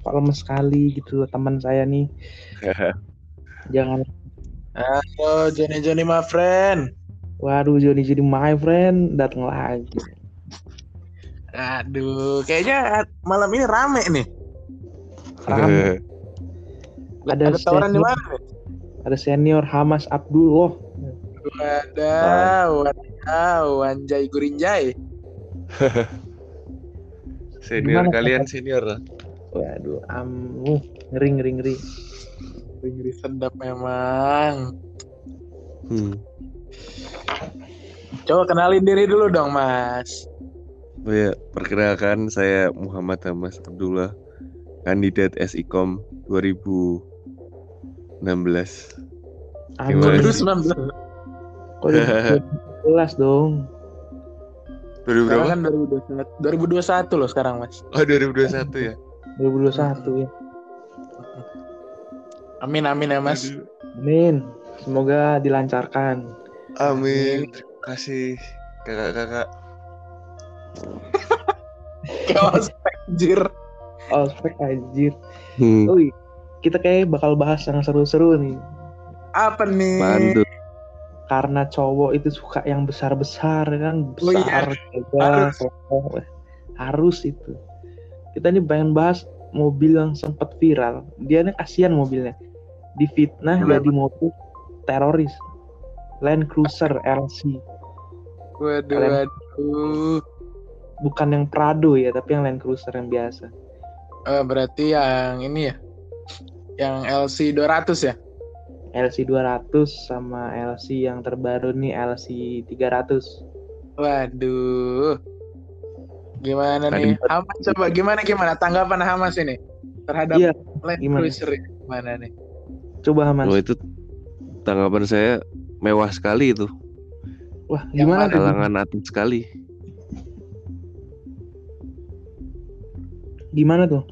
kok lemes sekali gitu teman saya nih. Jangan, Halo Johnny my friend. waduh Joni jadi my friend datang lagi. Aduh, kayaknya malam ini rame nih. Rame. Ada tawaran di mana nih? Ada senior Hamas Abdullah. Wadaw, anjay gurinjay. Senior Gimana, kalian Kak? senior. Waduh, ngeri. Ngeri sedap memang. Coba kenalin diri dulu dong, Mas. Oh ya, perkenalkan saya Muhammad Hamas Abdullah, kandidat SIKOM 2016. Gimana Amin. sih? 2019. Kok 2011 dong? 2000 berapa? Sekarang kan 2021 loh sekarang, Mas. Oh, 2021 ya. 2021 ya. Amin ya, Mas. Aduh. Amin. Semoga dilancarkan. Amin. Terima kasih kakak-kakak. Kayak anjir. Ospek anjir. Kita kayak bakal bahas yang seru-seru nih. Apa nih? Mantul. Karena cowok itu suka yang besar-besar kan, Oh iya. harus itu. Kita nih pengen bahas mobil yang sempat viral. Dia nih kasihan mobilnya. Difitnah jadi mobil teroris. Land Cruiser LC. Waduh. Bukan yang Prado ya, tapi yang Land Cruiser yang biasa. Berarti yang ini ya. Yang LC 200 ya? LC 200 sama LC yang terbaru nih LC 300. Waduh. Gimana nih? Hamas coba gimana tanggapan Hamas ini terhadap Land Cruiser gimana nih? Coba Hamas. Oh, itu tanggapan saya mewah sekali itu. Wah, gimana tuh? Kalangan atas sekali. Gimana tuh?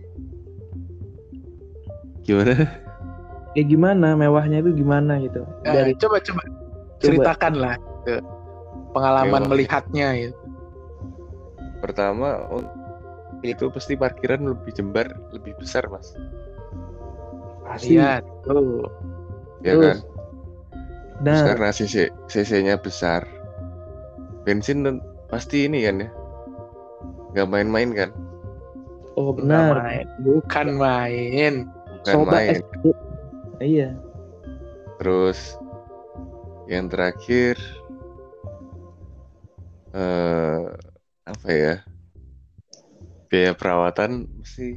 Gimana? Ya gimana mewahnya itu gimana gitu? Dari coba ceritakan lah pengalaman melihatnya gitu. Pertama, itu pasti parkiran lebih besar, Mas. Pasti. Iya, tuh. Ya kan? Terus karena cc-nya besar. Bensin pasti ini kan ya. Gak main-main kan? Oh benar. Bukan main. Iya. Terus yang terakhir apa ya? Biaya perawatan mesti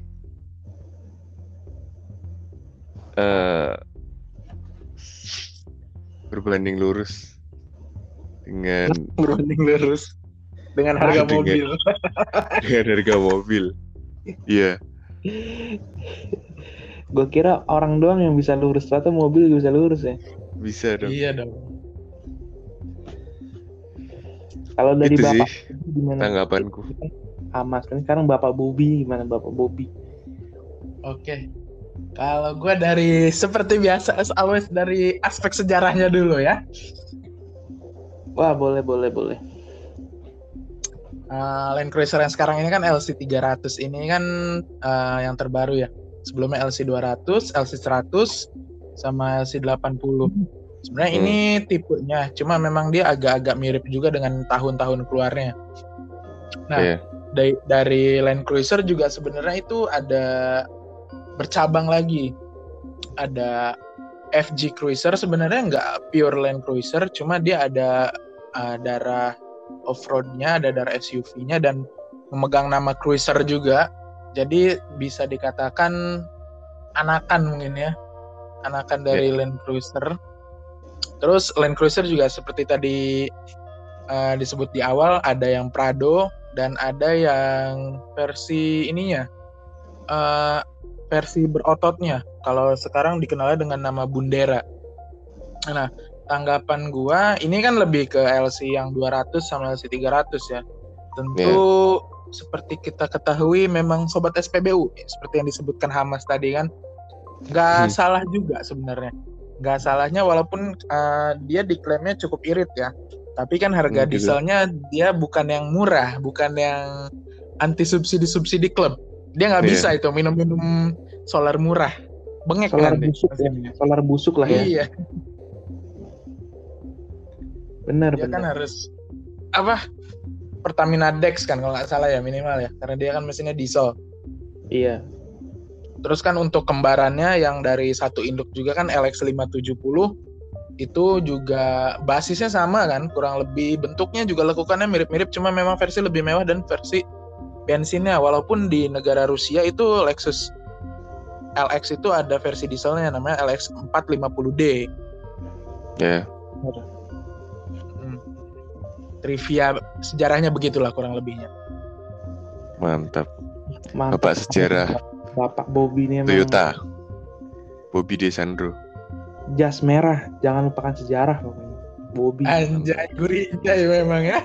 berbanding lurus dengan harga mobil. Dengan harga mobil. Iya. Gue kira orang doang yang bisa lurus, ternyata mobil juga bisa lurus ya. Bisa dong. Iya dong. Kalau dari itu Bapak sih gimana? Tanggapanku. Hamas kan sekarang Bapak Bobi gimana Bapak Bobi? Oke. Kalau gue dari seperti biasa as always dari aspek sejarahnya dulu ya. Wah, boleh. Land Cruiser yang sekarang ini kan LC 300 ini kan yang terbaru ya. Sebelumnya LC 200, LC 100 sama LC 80. Sebenarnya ini tipenya, cuma memang dia agak-agak mirip juga dengan tahun-tahun keluarnya. Nah, dari Land Cruiser juga sebenarnya itu ada bercabang lagi. Ada FG Cruiser, sebenarnya nggak pure Land Cruiser, cuma dia ada darah off-road-nya, ada darah SUV-nya, dan memegang nama Cruiser juga. Jadi bisa dikatakan anakan mungkin ya. Anakan dari Land Cruiser. Terus Land Cruiser juga seperti tadi disebut di awal, ada yang Prado dan ada yang versi ininya. Versi berototnya. Kalau sekarang dikenalnya dengan nama Bundera. Nah, tanggapan gua ini kan lebih ke LC yang 200 sama LC 300 ya. Tentu seperti kita ketahui memang sobat SPBU seperti yang disebutkan Hamas tadi kan. Nggak salah juga sebenarnya. Nggak salahnya walaupun dia diklaimnya cukup irit ya. Tapi kan harga dieselnya dia bukan yang murah, bukan yang anti subsidi klub Dia nggak Iya. bisa itu minum solar murah, bengek Solar nanti busuk ya. mesinnya. Solar busuk lah ya. Iya, Benar dia kan benar. harus apa? Pertamina Dex kan kalau nggak salah ya minimal ya, karena dia kan mesinnya diesel. Iya. Terus kan untuk kembarannya yang dari satu induk juga kan LX570 itu juga basisnya sama kan, kurang lebih bentuknya juga lekukannya mirip-mirip, cuma memang versi lebih mewah dan versi bensinnya. Walaupun di negara Rusia itu Lexus LX itu ada versi dieselnya namanya LX450D. Ya, Trivia sejarahnya begitulah kurang lebihnya. mantap. Mantap. Bapak sejarah Bapak Bobby ini emang Toyota. Bobby Desandro. jas merah, jangan lupakan sejarah pokoknya. Bobby. Anjay, gurindai memang ya.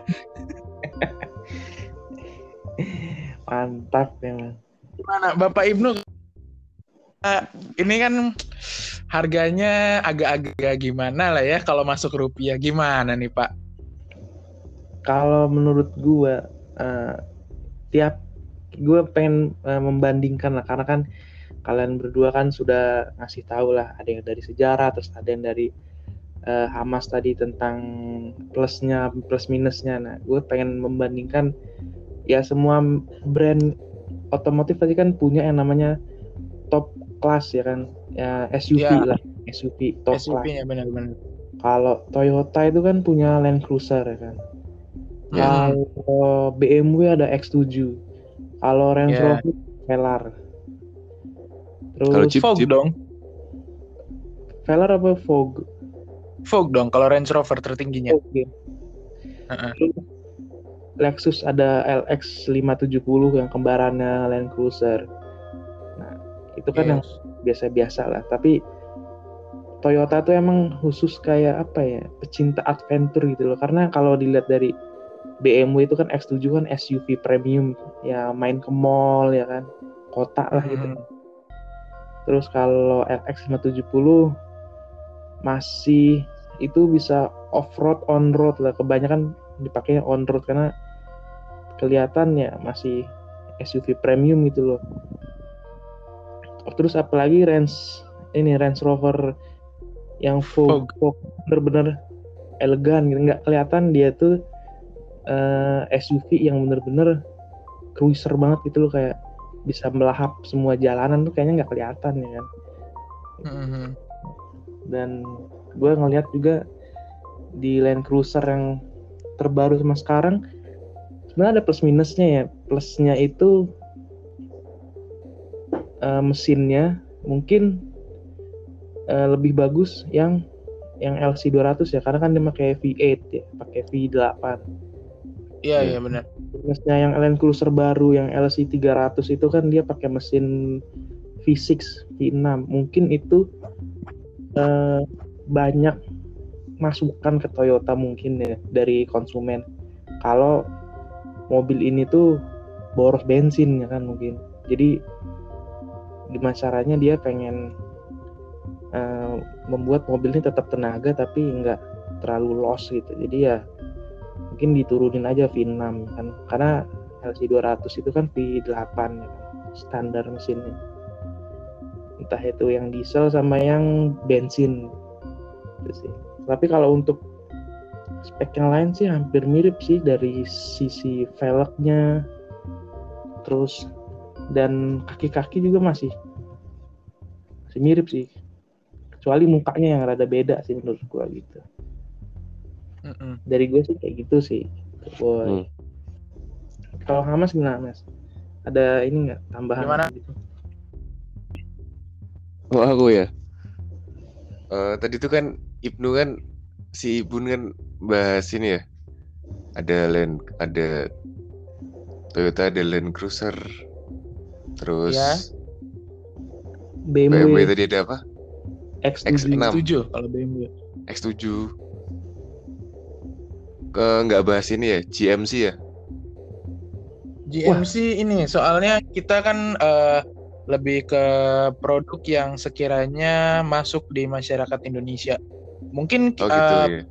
Mantap memang. Gimana Bapak Ibnu? Ini kan harganya agak-agak gimana lah ya kalau masuk rupiah, gimana nih Pak? Kalau menurut gua tiap gue pengen membandingkan lah, karena kan kalian berdua kan sudah ngasih tahu lah, ada yang dari sejarah, terus ada yang dari Hamas tadi tentang plusnya, plus minusnya. Nah, gue pengen membandingkan ya, semua brand otomotif tadi kan punya yang namanya top class ya kan, ya SUV Ya. lah, SUV top class. SUV-nya benar-benar. Kalau Toyota itu kan punya Land Cruiser ya kan. Ya. Kalau BMW ada X7. Kalau Range Ya. Rover Velar. Kalau Terus Jeep, Vogue Jeep. dong. Velar apa Vogue? Vogue dong kalau Range Rover tertingginya. Oke. Heeh. Terus Lexus ada LX 570 yang kembarannya Land Cruiser. Nah, itu kan yang biasa-biasa lah. Tapi Toyota tuh emang khusus kayak apa ya, pecinta adventure gitu loh. Karena kalau dilihat dari BMW itu kan X7 kan SUV premium, ya main ke mall ya kan, kota lah gitu. Terus kalau LX 570 masih itu bisa off-road, on-road lah. Kebanyakan dipakainya on-road karena kelihatan ya masih SUV premium gitu loh. Terus apalagi Range Rover yang Vogue bener-bener elegan gitu, nggak kelihatan dia tuh SUV yang bener-bener cruiser banget gitu loh, kayak bisa melahap semua jalanan tuh kayaknya nggak kelihatan ya kan. Dan gue ngeliat juga di Land Cruiser yang terbaru sama sekarang sebenarnya ada plus minusnya ya. Plusnya itu mesinnya mungkin lebih bagus yang LC 200 ya, karena kan dia pakai V8 ya, pakai V8. Iya benar. Minusnya yang Land Cruiser baru yang LC 300 itu kan dia pakai mesin V6, V6. Mungkin itu banyak masukan ke Toyota mungkin ya dari konsumen. Kalau mobil ini tuh boros bensin ya kan mungkin. Jadi gimana caranya dia pengen membuat mobil ini tetap tenaga tapi nggak terlalu loss gitu. Jadi ya mungkin diturunin aja V6 kan, karena LC 200 itu kan V8 ya kan, standar mesinnya. Entah itu yang diesel sama yang bensin gitu sih. Tapi kalau untuk spek yang lain sih hampir mirip sih, dari sisi velgnya terus dan kaki-kaki juga masih mirip sih, kecuali mukanya yang rada beda sih menurut gua gitu. Dari gue sih kayak gitu sih, boy. Kalau Hamas gimana Mas? Ada ini nggak tambahan gimana gitu? Oh aku ya. Tadi tuh kan Ibnu kan, si Ibnu kan bahas ini ya. Ada Toyota, ada Land Cruiser. Terus ya. BMW tadi ada apa? X7. X7 kalau BMW. X7. Nggak bahas ini ya, GMC ya? GMC ini soalnya kita kan lebih ke produk yang sekiranya masuk di masyarakat Indonesia. Mungkin Oh gitu ya.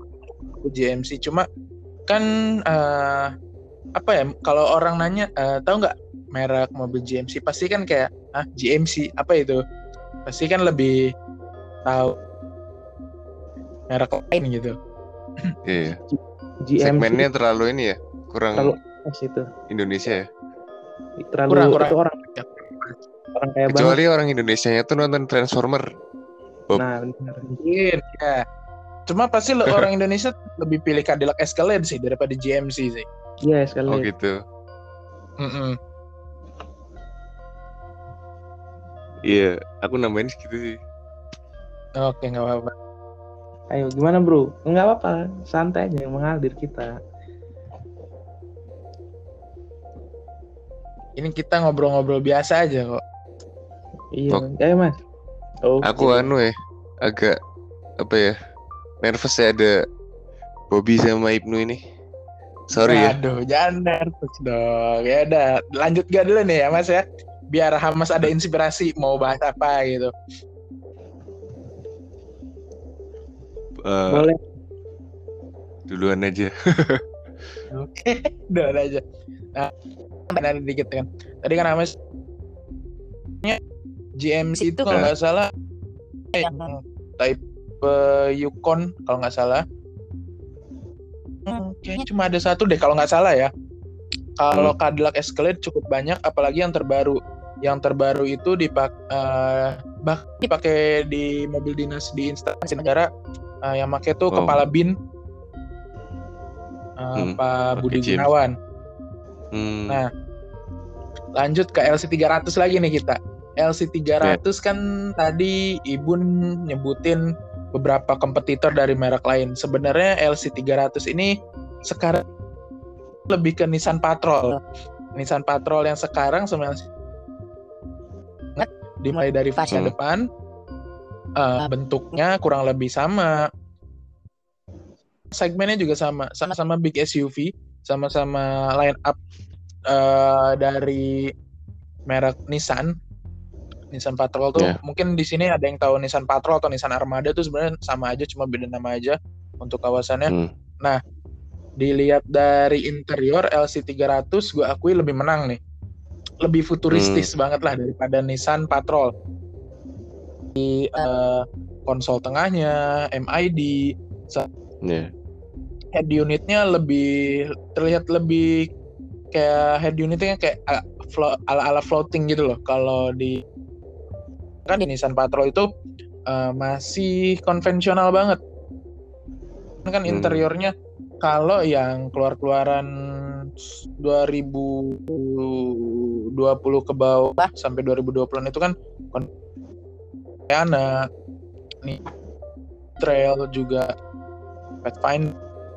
GMC cuma kan apa ya, kalau orang nanya tahu nggak merek mobil GMC pasti kan kayak GMC apa itu? Pasti kan lebih tahu merek lain gitu. Iya. GMC Segmennya terlalu ini ya, kurang terlalu itu. Indonesia ya. Terlalu Kurang. itu orang kayak Kecuali banget. orang Indonesianya tuh nonton Transformer. Nah, benar. Mungkin ya. Cuma pasti orang Indonesia lebih pilih Cadillac Escalade sih daripada GMC sih. Iya, sekali. Oh gitu. Iya, aku nambahin segitu sih. Oke, nggak apa-apa. Ayo, gimana bro? Nggak apa-apa, santai aja, mengalir kita. Ini kita ngobrol-ngobrol biasa aja kok. Iya, ayo mas. Aku agak apa ya, nervous ya ada Bobby sama Ibnu ini. Sorry ya. Aduh, jangan nervous dong. Ya udah, lanjut gak dulu nih ya mas ya. Biar Hamas ada inspirasi mau bahas apa gitu. Boleh. Duluan aja. Oke, duluan aja. Nah, nanti dikit kan. Tadi kan Hamas GMC itu kalau nggak salah yang type Yukon kalau nggak salah. Kayaknya cuma ada satu deh kalau nggak salah ya. Kalau Cadillac Escalade cukup banyak, apalagi yang terbaru. Yang terbaru itu dipakai di mobil dinas di instansi negara. Yang pakai tuh kepala bin Pak Budi Gunawan. Nah, lanjut ke LC 300 lagi nih kita. LC 300 kan tadi Ibun nyebutin beberapa kompetitor dari merek lain. Sebenarnya LC 300 ini sekarang lebih ke Nissan Patrol. Nissan Patrol yang sekarang sebenarnya dimulai dari fascia depan, bentuknya kurang lebih sama. Segmennya juga sama-sama big SUV, sama-sama line up dari merek Nissan Patrol tuh mungkin di sini ada yang tahu Nissan Patrol atau Nissan Armada tuh sebenarnya sama aja, cuma beda nama aja untuk kawasannya. Nah, dilihat dari interior LC 300 gue akui lebih menang nih. Lebih futuristis banget lah daripada Nissan Patrol. Di konsol tengahnya, MID, head unitnya terlihat lebih kayak head unitnya kayak ala floating gitu loh. Kalau di Nissan Patrol itu masih konvensional banget. Kan interiornya kalau yang keluaran 2020 ke bawah sampai 2020 itu kan Ana nih Trail juga Pathfinder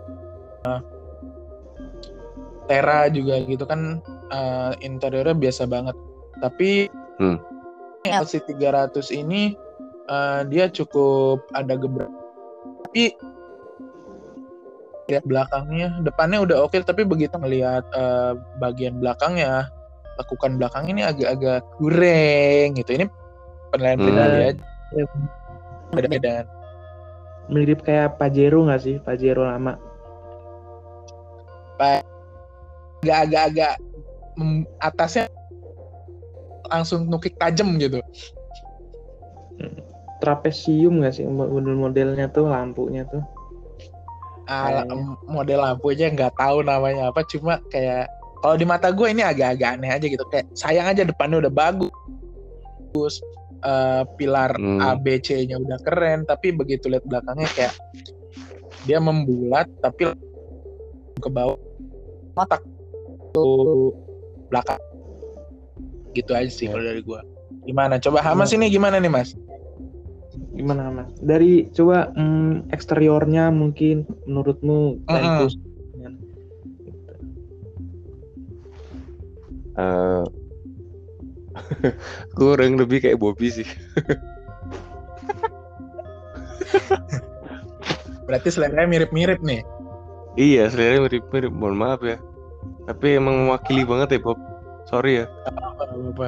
Terra juga gitu kan interiornya biasa banget. Tapi LC 300 ini dia cukup ada gebrak. Tapi lihat belakangnya, depannya udah oke, tapi begitu melihat bagian belakangnya, lekukan belakang ini agak-agak kurang gitu. Ini penilaian pribadi aja. Beda-beda. Mirip kayak Pajero nggak sih? Pajero lama. Agak-agak atasnya langsung nukik tajam gitu. Trapesium nggak sih model-modelnya tuh, lampunya tuh? Model lampu aja nggak tahu namanya apa, cuma kayak kalau di mata gue ini agak-agak aneh aja gitu. Kayak sayang aja depannya udah bagus, pilar A, B, C-nya udah keren, tapi begitu lihat belakangnya kayak dia membulat tapi ke bawah otak tuh belakang gitu aja sih kalau dari gue. Gimana? Coba Hamas ini gimana nih Mas? Gimana Mas? Dari coba eksteriornya mungkin menurutmu bagus? Kurang lebih kayak Bobby sih. Berarti seleranya mirip-mirip nih. Iya, seleranya mirip-mirip. Mohon maaf ya. Tapi emang mewakili banget ya Bob. Sorry ya. Apa-apa.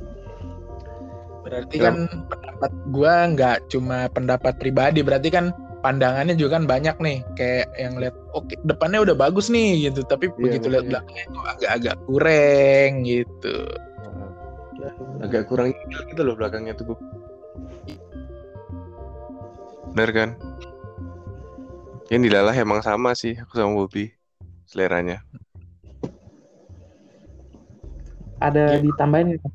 Berarti kan pendapat gua nggak cuma pendapat pribadi, berarti kan pandangannya juga kan banyak nih, kayak yang lihat oke depannya udah bagus nih gitu, tapi begitu lihat belakangnya itu agak-agak kurang gitu. Agak kurang gitu loh belakangnya tuh. Bener kan? Yang dilalah emang sama sih aku sama Bobby seleranya. Ada ditambahin nggak?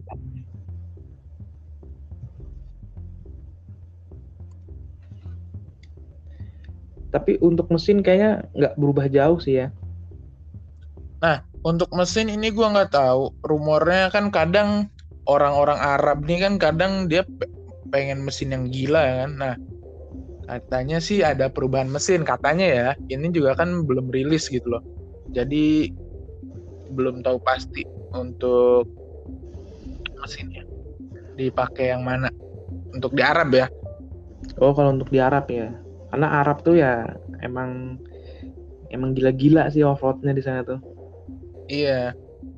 Tapi untuk mesin kayaknya nggak berubah jauh sih ya. Nah, untuk mesin ini gua nggak tahu. Rumornya kan kadang orang-orang Arab nih kan kadang dia pengen mesin yang gila kan. Nah, katanya sih ada perubahan mesin katanya ya. Ini juga kan belum rilis gitu loh. Jadi belum tahu pasti untuk mesinnya dipakai yang mana. Untuk di Arab ya. Oh, kalau untuk di Arab ya. Karena Arab tuh ya emang gila-gila sih off-roadnya di sana tuh. Iya.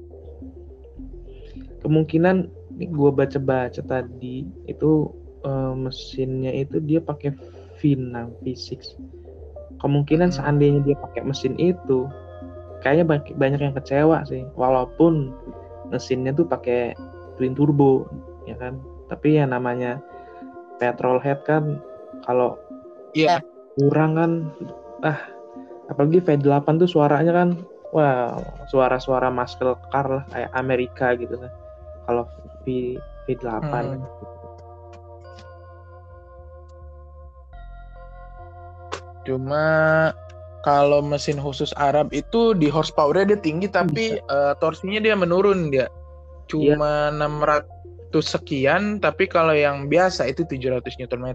Kemungkinan gue baca-baca tadi itu mesinnya itu dia pakai V6 V6. Kemungkinan seandainya dia pakai mesin itu, kayaknya banyak yang kecewa sih. Walaupun mesinnya tuh pakai twin turbo, ya kan. Tapi ya namanya petrol head kan, kalau kurang kan, apalagi V8 tuh suaranya kan, wah, suara-suara muscle car lah, kayak Amerika gitu kan. Kalau V8. Cuma kalau mesin khusus Arab itu di horsepower-nya dia tinggi tapi torsinya dia menurun dia. Cuma 600 sekian, tapi kalau yang biasa itu 700 Nm.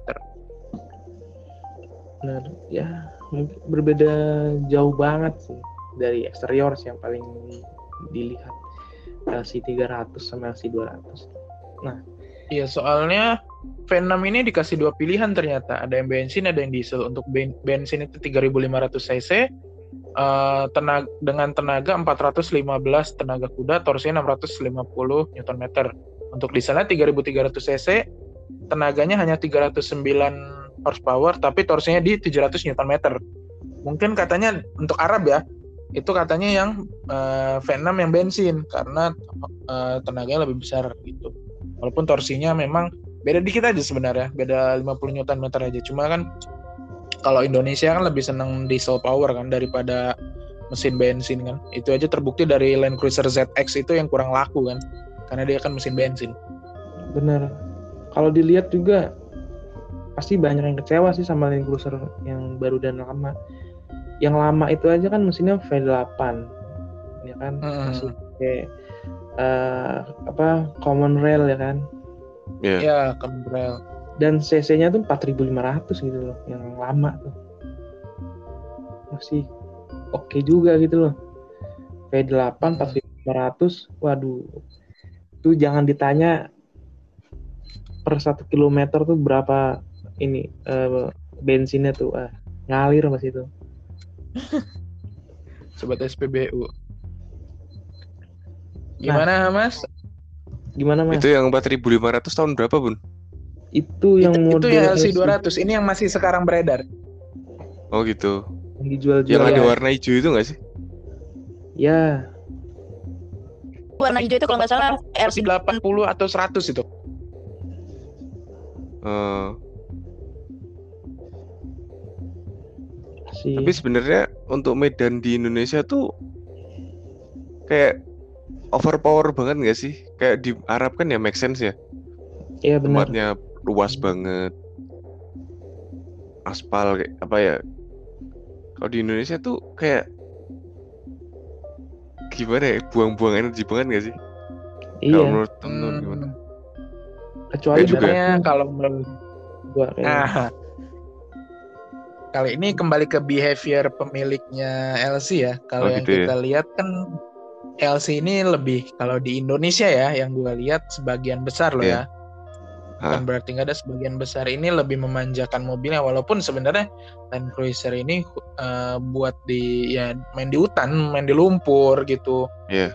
Benar, ya berbeda jauh banget sih dari eksterior sih yang paling dilihat, LC300 sama LC200. Nah, iya, soalnya V6 ini dikasih dua pilihan ternyata, ada yang bensin ada yang diesel. Untuk bensin itu 3.500 cc dengan tenaga 415 tenaga kuda, torsinya 650 Nm. Untuk dieselnya 3.300 cc, tenaganya hanya 309 horsepower, tapi torsinya di 700 Nm. Mungkin katanya untuk Arab ya, itu katanya yang V6 yang bensin karena tenaganya lebih besar gitu. Walaupun torsinya memang beda dikit aja sebenarnya, beda 50 Nm aja. Cuma kan kalau Indonesia kan lebih seneng diesel power kan daripada mesin bensin kan. Itu aja terbukti dari Land Cruiser ZX itu yang kurang laku kan, karena dia kan mesin bensin. Bener. Kalau dilihat juga pasti banyak yang kecewa sih sama Land Cruiser yang baru dan lama. Yang lama itu aja kan mesinnya V8, ya kan, masih kayak common rail ya kan. Iya, common rail. Dan cc-nya tuh 4.500 gitu loh, yang lama tuh. Masih oke juga gitu loh. V8 4.500, waduh. Itu jangan ditanya per 1 kilometer tuh berapa ini bensinnya tuh, ngalir mas itu. Sobat SPBU. Gimana Mas? Itu yang 4.500 tahun berapa Bun? Itu yang model itu yang LC200. Ini yang masih sekarang beredar. Oh gitu. Yang dijual-jual. Yang ada warna hijau itu nggak sih? Ya. Warna hijau itu kalau nggak salah LC80 atau 100 itu. Tapi sebenarnya untuk medan di Indonesia tuh kayak overpower banget nggak sih? Kayak di Arab kan ya make sense ya. Iya benar. Tempatnya luas banget, aspal kayak apa ya? Kalau di Indonesia tuh kayak gimana ya? Buang-buang energi banget nggak sih? Iya. Kalau menurut temen gimana? Kecuali juga kalau menurut gua kali ini kembali ke behavior pemiliknya LC ya. Kalau yang gitu kita lihat kan LC ini lebih, kalau di Indonesia ya, yang gue lihat sebagian besar loh ya. Bukan berarti nggak ada, sebagian besar ini lebih memanjakan mobilnya. Walaupun sebenarnya Land Cruiser ini buat main di hutan, main di lumpur gitu. Iya.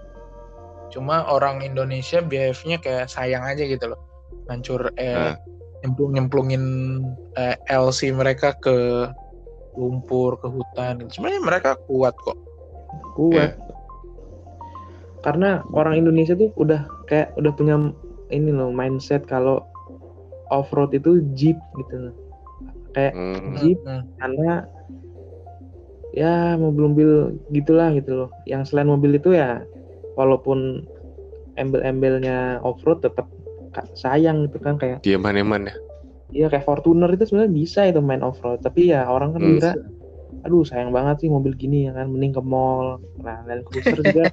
Cuma orang Indonesia behave-nya kayak sayang aja gitu loh. nyemplungin LC mereka ke lumpur, ke hutan. Sebenarnya mereka kuat kok. Kuat. Karena orang Indonesia tuh udah punya ini loh mindset kalau off-road itu jeep gitu loh. Kayak jeep karena ya mobil-mobil gitulah gitu loh. Yang selain mobil itu ya walaupun embel-embelnya off-road tetap sayang gitu kan, kayak Eman ya. Iya, kayak Fortuner itu sebenarnya bisa itu main off-road, tapi ya orang kan kira aduh sayang banget sih mobil gini ya kan, mending ke mall. Nah, Land Cruiser juga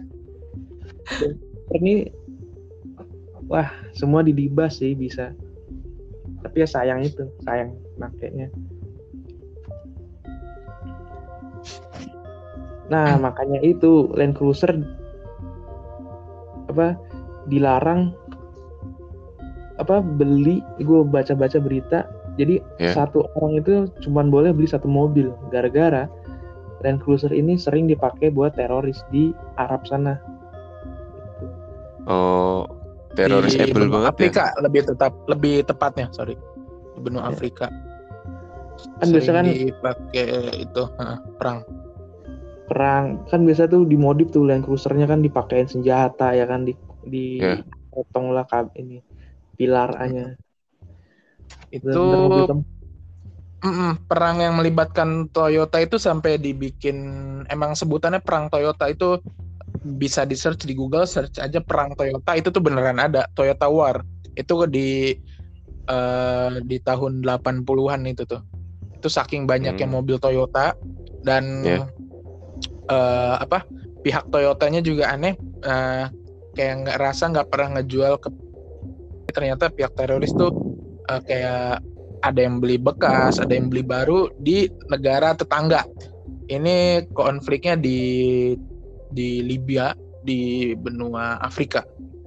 ini wah semua didibas sih bisa, tapi ya sayang makanya. Nah makanya itu Land Cruiser dilarang beli. Gue baca-baca berita, jadi satu orang itu cuma boleh beli satu mobil gara-gara Land Cruiser ini sering dipakai buat teroris di Arab sana. Oh, terorisable banget Afrika, ya. lebih tepatnya, di benua Afrika. Kan biasa kan dipakai itu perang kan biasa tuh dimodif tuh Land Cruisernya kan dipakein senjata ya kan, potong lah ini pilarnya. Itu perang yang melibatkan Toyota itu sampai dibikin, emang sebutannya perang Toyota. Itu bisa di search di Google, search aja perang Toyota, itu tuh beneran ada Toyota War. Itu di tahun 80-an itu tuh. Itu saking banyaknya mobil Toyota dan pihak Toyotanya juga aneh, kayak nggak pernah ngejual ke. Ternyata pihak teroris tuh kayak ada yang beli bekas, ada yang beli baru di negara tetangga. Ini konfliknya di Libya, di benua Afrika.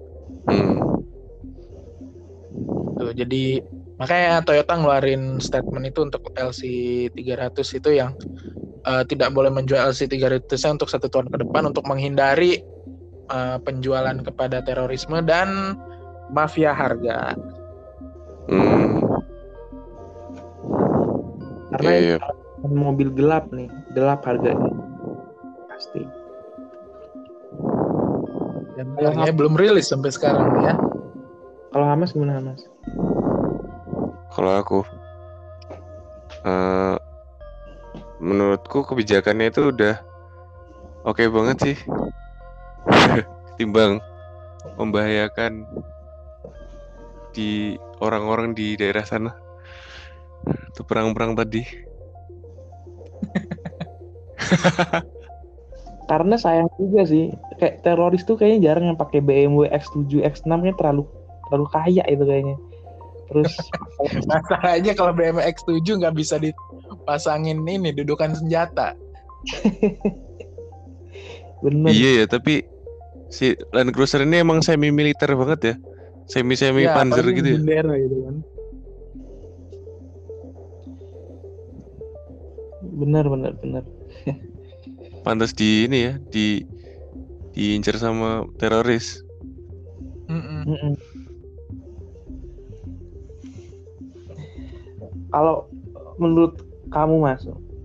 Tuh, jadi makanya Toyota ngeluarin statement itu untuk LC300 itu yang tidak boleh menjual LC300-nya untuk 1 tahun ke depan untuk menghindari penjualan kepada terorisme dan mafia harga. Karena mobil gelap harganya pasti. Dan harganya belum rilis sampai sekarang ya. Kalau Hamas gimana Hamas? Kalau aku, menurutku kebijakannya itu udah oke banget sih. Timbang membahayakan di orang-orang di daerah sana. Itu perang-perang tadi. Karena sayang juga sih, kayak teroris tuh kayaknya jarang yang pakai BMW X7, X6 nya terlalu kaya itu kayaknya. Terus masalahnya kalau BMW X7 nggak bisa dipasangin ini dudukan senjata. Bener. Iya ya, tapi si Land Cruiser ini emang semi militer banget ya, semi panzer gitu ya. Bendera gitu kan. Bener. Pantas di ini ya, diincar sama teroris. Kalau menurut kamu Mas,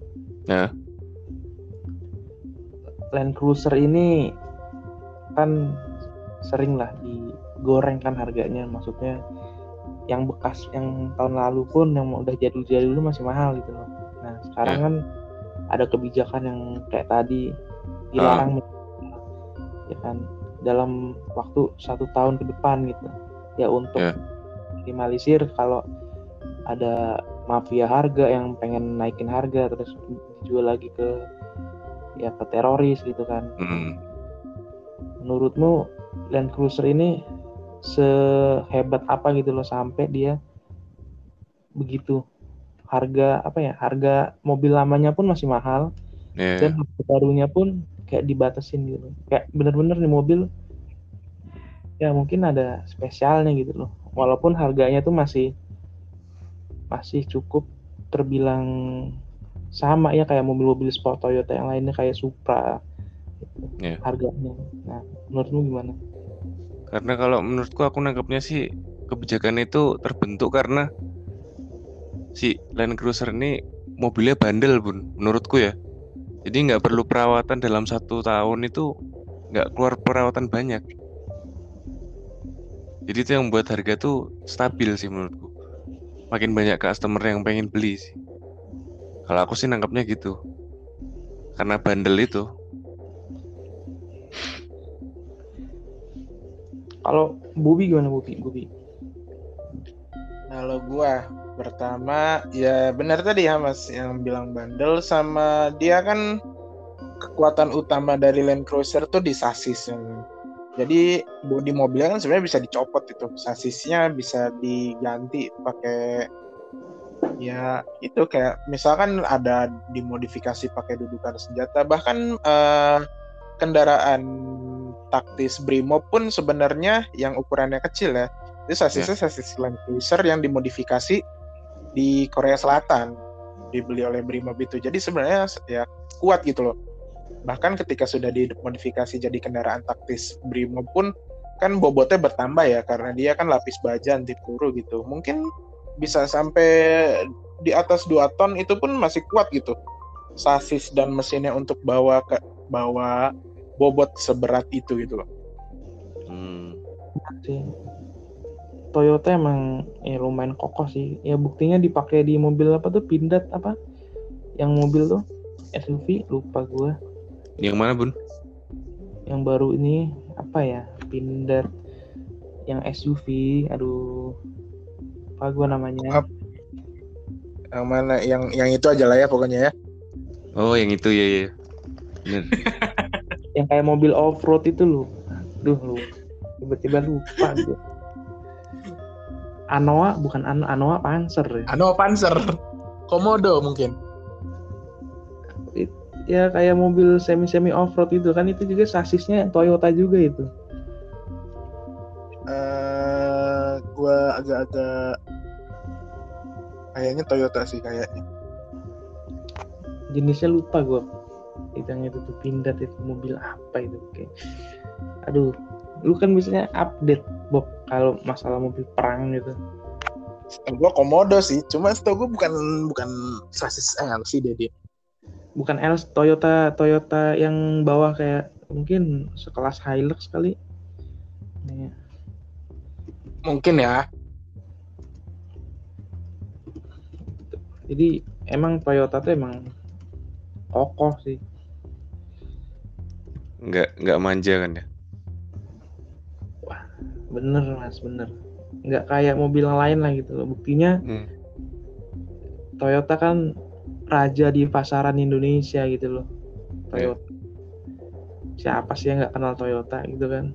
Land Cruiser ini kan sering lah digoreng kan harganya, maksudnya yang bekas yang tahun lalu pun yang udah jadul masih mahal gitu loh. Nah sekarang kan ada kebijakan yang kayak tadi dilarang ya kan dalam waktu 1 tahun ke depan gitu ya, untuk minimalisir kalau ada mafia harga yang pengen naikin harga terus dijual lagi ke teroris gitu kan. Menurutmu Land Cruiser ini sehebat apa gitu loh sampai dia begitu, harga mobil lamanya pun masih mahal dan harga barunya pun kayak dibatasin gitu, kayak bener-bener nih mobil ya mungkin ada spesialnya gitu loh, walaupun harganya tuh masih cukup terbilang sama ya kayak mobil-mobil sport Toyota yang lainnya kayak Supra gitu, harganya. Nah menurutmu gimana? Karena kalau menurutku aku nangkepnya sih kebijakan itu terbentuk karena si Land Cruiser ini mobilnya bandel Bun, menurutku ya. Jadi nggak perlu perawatan dalam 1 tahun itu, nggak keluar perawatan banyak. Jadi itu yang buat harga tuh stabil sih menurutku. Makin banyak customer yang pengen beli sih. Kalau aku sih nangkapnya gitu. Karena bandel itu. Kalau Bubi gimana Bubi? Kalau gua pertama ya benar tadi ya Mas yang bilang bandel, sama dia kan kekuatan utama dari Land Cruiser tuh di sasis. Jadi bodi mobilnya kan sebenarnya bisa dicopot itu, sasisnya bisa diganti pakai ya itu kayak misalkan ada dimodifikasi pakai dudukan senjata, bahkan kendaraan taktis Brimob pun sebenarnya yang ukurannya kecil ya. Itu sasisnya sasis Land Cruiser yang dimodifikasi di Korea Selatan, dibeli oleh Brimob itu. Jadi sebenarnya ya kuat gitu loh. Bahkan ketika sudah dimodifikasi jadi kendaraan taktis Brimob pun kan bobotnya bertambah ya, karena dia kan lapis baja anti peluru gitu. Mungkin bisa sampai di atas 2 ton itu pun masih kuat gitu. Sasis dan mesinnya untuk bawa bobot seberat itu gitu loh. Toyota emang ya lumayan kokoh sih. Ya buktinya dipakai di mobil apa tuh, Pindad apa? Yang mobil tuh SUV, lupa gua. Yang mana Bun? Yang baru ini apa ya? Pindad yang SUV, aduh. Apa gua namanya? Yang mana? Yang itu aja lah ya pokoknya ya. Oh, yang itu ya. Bener. Yang kayak mobil off-road itu loh. Aduh, lu tiba-tiba lupa gue. Anoa, bukan Anoa Panzer ya. Anoa Panzer. Komodo mungkin. Ya kayak mobil semi off-road itu kan, itu juga sasisnya Toyota juga itu. Gue agak-agak kayaknya Toyota sih kayaknya. Jenisnya lupa gue. Yang itu tuh Pindad, itu mobil apa itu kayak. Aduh, lu kan biasanya update Bob kalau masalah mobil perang gitu. Gue Komodo sih, cuma setahu gue bukan sasis LC deh dia. Bukan Toyota yang bawah kayak mungkin sekelas Hilux kali. Ya. Mungkin ya. Jadi emang Toyota tuh emang kokoh sih. Nggak manja kan ya? Bener Mas, bener. Nggak kayak mobil yang lain lah gitu loh. Buktinya Toyota kan raja di pasaran Indonesia gitu loh. Toyota. Siapa sih yang nggak kenal Toyota gitu kan?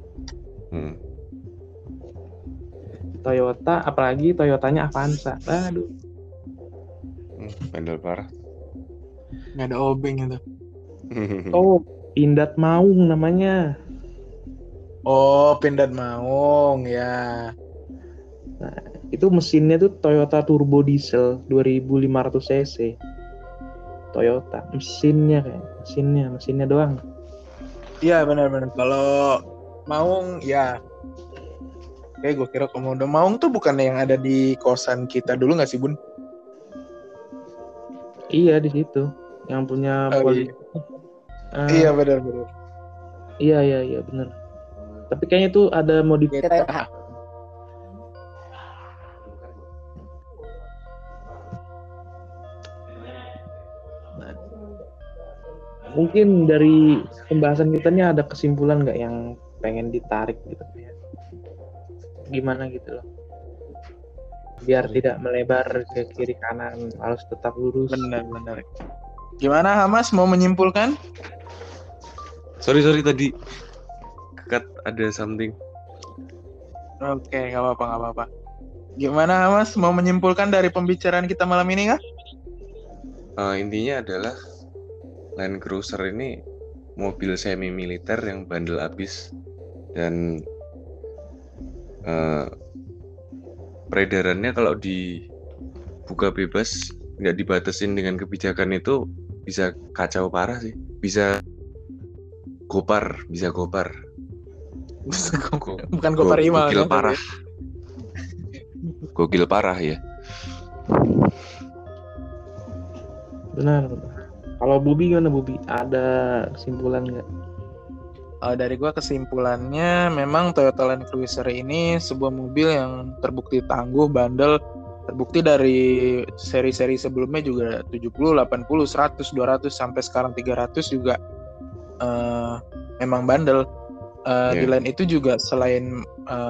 Toyota, apalagi Toyotanya Avanza. Aduh. Bandel parah. Nggak ada obeng itu. Oh, Pindad Maung namanya. Oh, Pindad Maung ya. Nah, itu mesinnya tuh Toyota turbo diesel 2500 cc. Toyota mesinnya doang. Iya benar-benar. Kalau Maung ya. Kayak gue kira Komodo. Maung tuh bukan yang ada di kosan kita dulu nggak sih Bun? Iya di situ. Yang punya polisi. Iya benar-benar. Iya benar. Tapi kayaknya tuh ada modifikasi. Mungkin dari pembahasan kita ini ada kesimpulan nggak yang pengen ditarik gitu? Gimana gitu loh? Biar tidak melebar ke kiri kanan, harus tetap lurus. Benar. Gimana Hamas mau menyimpulkan? Sorry tadi kekat ada something. Oke, nggak apa-apa. Gimana Hamas mau menyimpulkan dari pembicaraan kita malam ini kah? Intinya adalah Land Cruiser ini mobil semi militer yang bandel abis, dan peredarannya kalau dibuka bebas, nggak dibatasin dengan kebijakan itu bisa kacau parah sih, bisa gopar. Bukan Gopar Imal. Gokil parah ya. Benar. Kalau Bubi gimana Bubi? Ada kesimpulan nggak? Dari gua kesimpulannya memang Toyota Land Cruiser ini sebuah mobil yang terbukti tangguh, bandel, terbukti dari seri-seri sebelumnya juga 70, 80, 100, 200 sampai sekarang 300 juga memang bandel. Di lain itu juga selain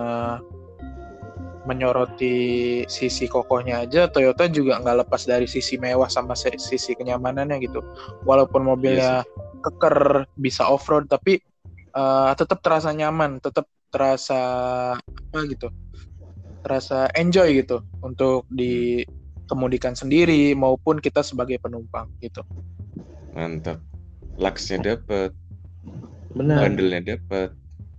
menyoroti sisi kokohnya aja, Toyota juga nggak lepas dari sisi mewah sama sisi kenyamanannya gitu. Walaupun mobilnya keker, bisa off-road, tapi tetap terasa nyaman, tetap terasa terasa enjoy gitu untuk dikemudikan sendiri maupun kita sebagai penumpang gitu. Mantap. Luxnya dapet, Benar. bandelnya dapet.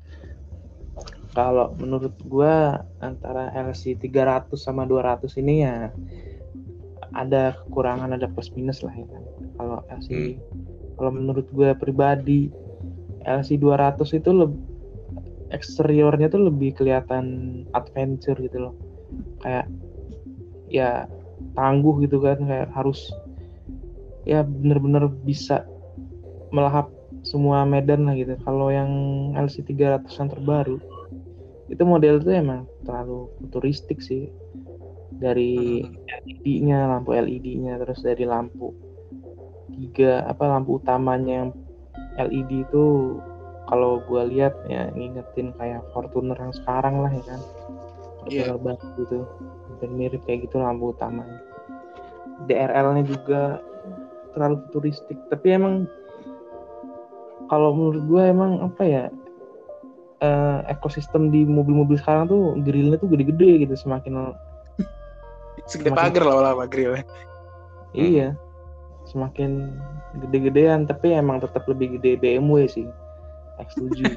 Kalau menurut gua antara LC 300 sama 200 ini ya ada kekurangan, ada plus minus lah ya kan. Kalau LC kalau menurut gua pribadi LC 200 itu eksteriornya tuh lebih kelihatan adventure gitu loh. Kayak ya tangguh gitu kan, kayak harus ya bener-bener bisa melahap semua medan lah gitu. Kalau yang LC 300 yang terbaru itu model itu emang terlalu futuristik sih, dari LED-nya, lampu LED-nya, terus dari lampu lampu utamanya yang LED itu kalau gue lihat ya ngingetin kayak Fortuner yang sekarang lah ya kan, Fortuner banget gitu, hampir mirip kayak gitu lampu utamanya. DRL-nya juga terlalu futuristik, tapi emang kalau menurut gue emang apa ya, ekosistem di mobil-mobil sekarang tuh grillnya tuh gede-gede gitu, semakin segede pagar lama-lama grillnya. Iya, semakin gede-gedean, tapi emang tetap lebih gede BMW sih, X7.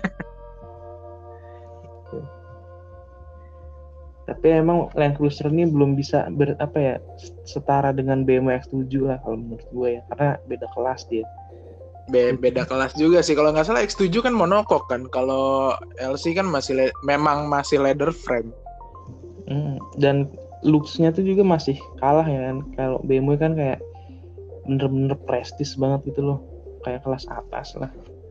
Tapi emang Land Cruiser ini belum bisa setara dengan BMW X7 lah kalau menurut gue ya, karena beda kelas dia. Beda kelas juga sih. Kalau nggak salah X7 kan monocoque kan. Kalau LC kan memang masih leather frame. Dan looks-nya tuh juga masih kalah ya kan. Kalau BMW kan kayak bener-bener prestis banget gitu loh, kayak kelas atas lah.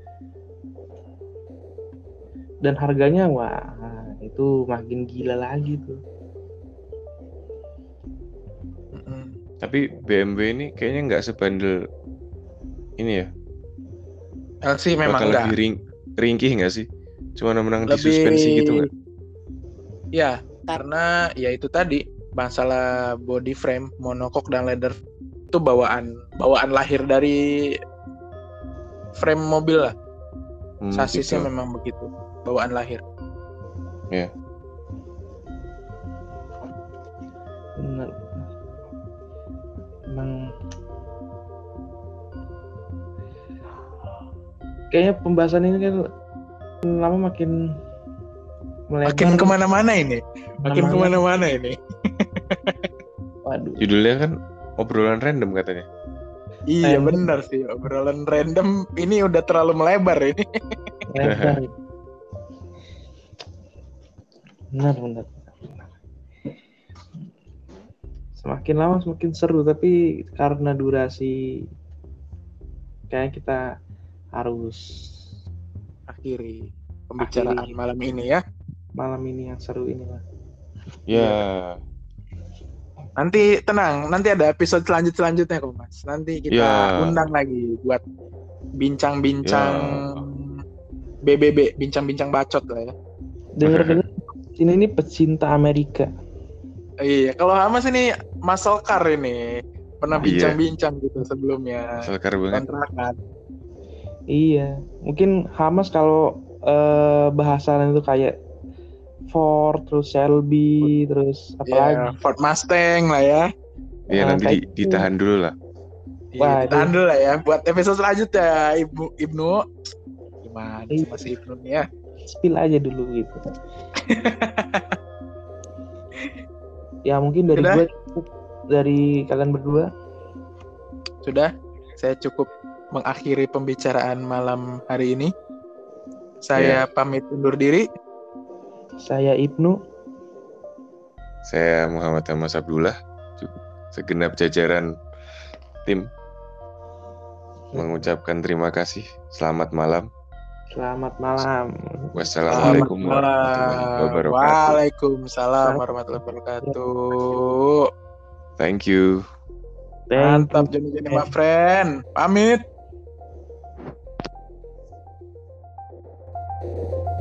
Dan harganya wah itu makin gila lagi tuh. Tapi BMW ini kayaknya nggak sebandel ini ya. LC memang bakal lebih ringkih nggak sih? Cuma menang di suspensi gitu nggak? Ya, karena ya itu tadi masalah body frame, monocoque dan leather itu bawaan lahir dari frame mobil lah. Sasisnya gitu. Memang begitu, bawaan lahir. Ya. Benar. Emang kayaknya pembahasan ini kan lama makin melebar. Makin kemana-mana ini. Makin kemana-mana ini. Waduh. Judulnya kan obrolan random katanya. Iya benar sih, obrolan random ini udah terlalu melebar ini. Melebar. Benar. Semakin lama semakin seru, tapi karena durasi kayak kita harus akhiri pembicaraan malam ini ya. Malam ini yang seru ini lah. Ya. Nanti tenang, nanti ada episode selanjutnya kok Mas. Nanti kita undang lagi buat bincang-bincang BBB, bincang-bincang bacot lah ya. Dengar-dengar ini pecinta Amerika. Iya, kalau Hamas ini muscle car ini pernah bincang-bincang gitu sebelumnya. Muscle car banget. Kontrakan. Iya, mungkin Hamas kalau bahasan itu kayak Ford, terus Shelby, terus apa lagi? Ford Mustang lah ya. Iya, nanti ditahan dulu lah. Iya, ditahan dulu lah ya. Buat episode selanjutnya, Ibnu. Gimana sama si Ibnu ya? Spill aja dulu gitu. Ya mungkin dari gue, dari kalian berdua. Sudah, saya cukup mengakhiri pembicaraan malam hari ini. Saya pamit undur diri. Saya Ibnu. Saya Muhammad Ahmad Abdullah. Segenap jajaran tim. mengucapkan terima kasih. Selamat malam. Selamat malam. Wassalamualaikum warahmatullahi wabarakatuh. Waalaikumsalam warahmatullahi wabarakatuh. Thank you. Mantap Johnny my friend. Pamit.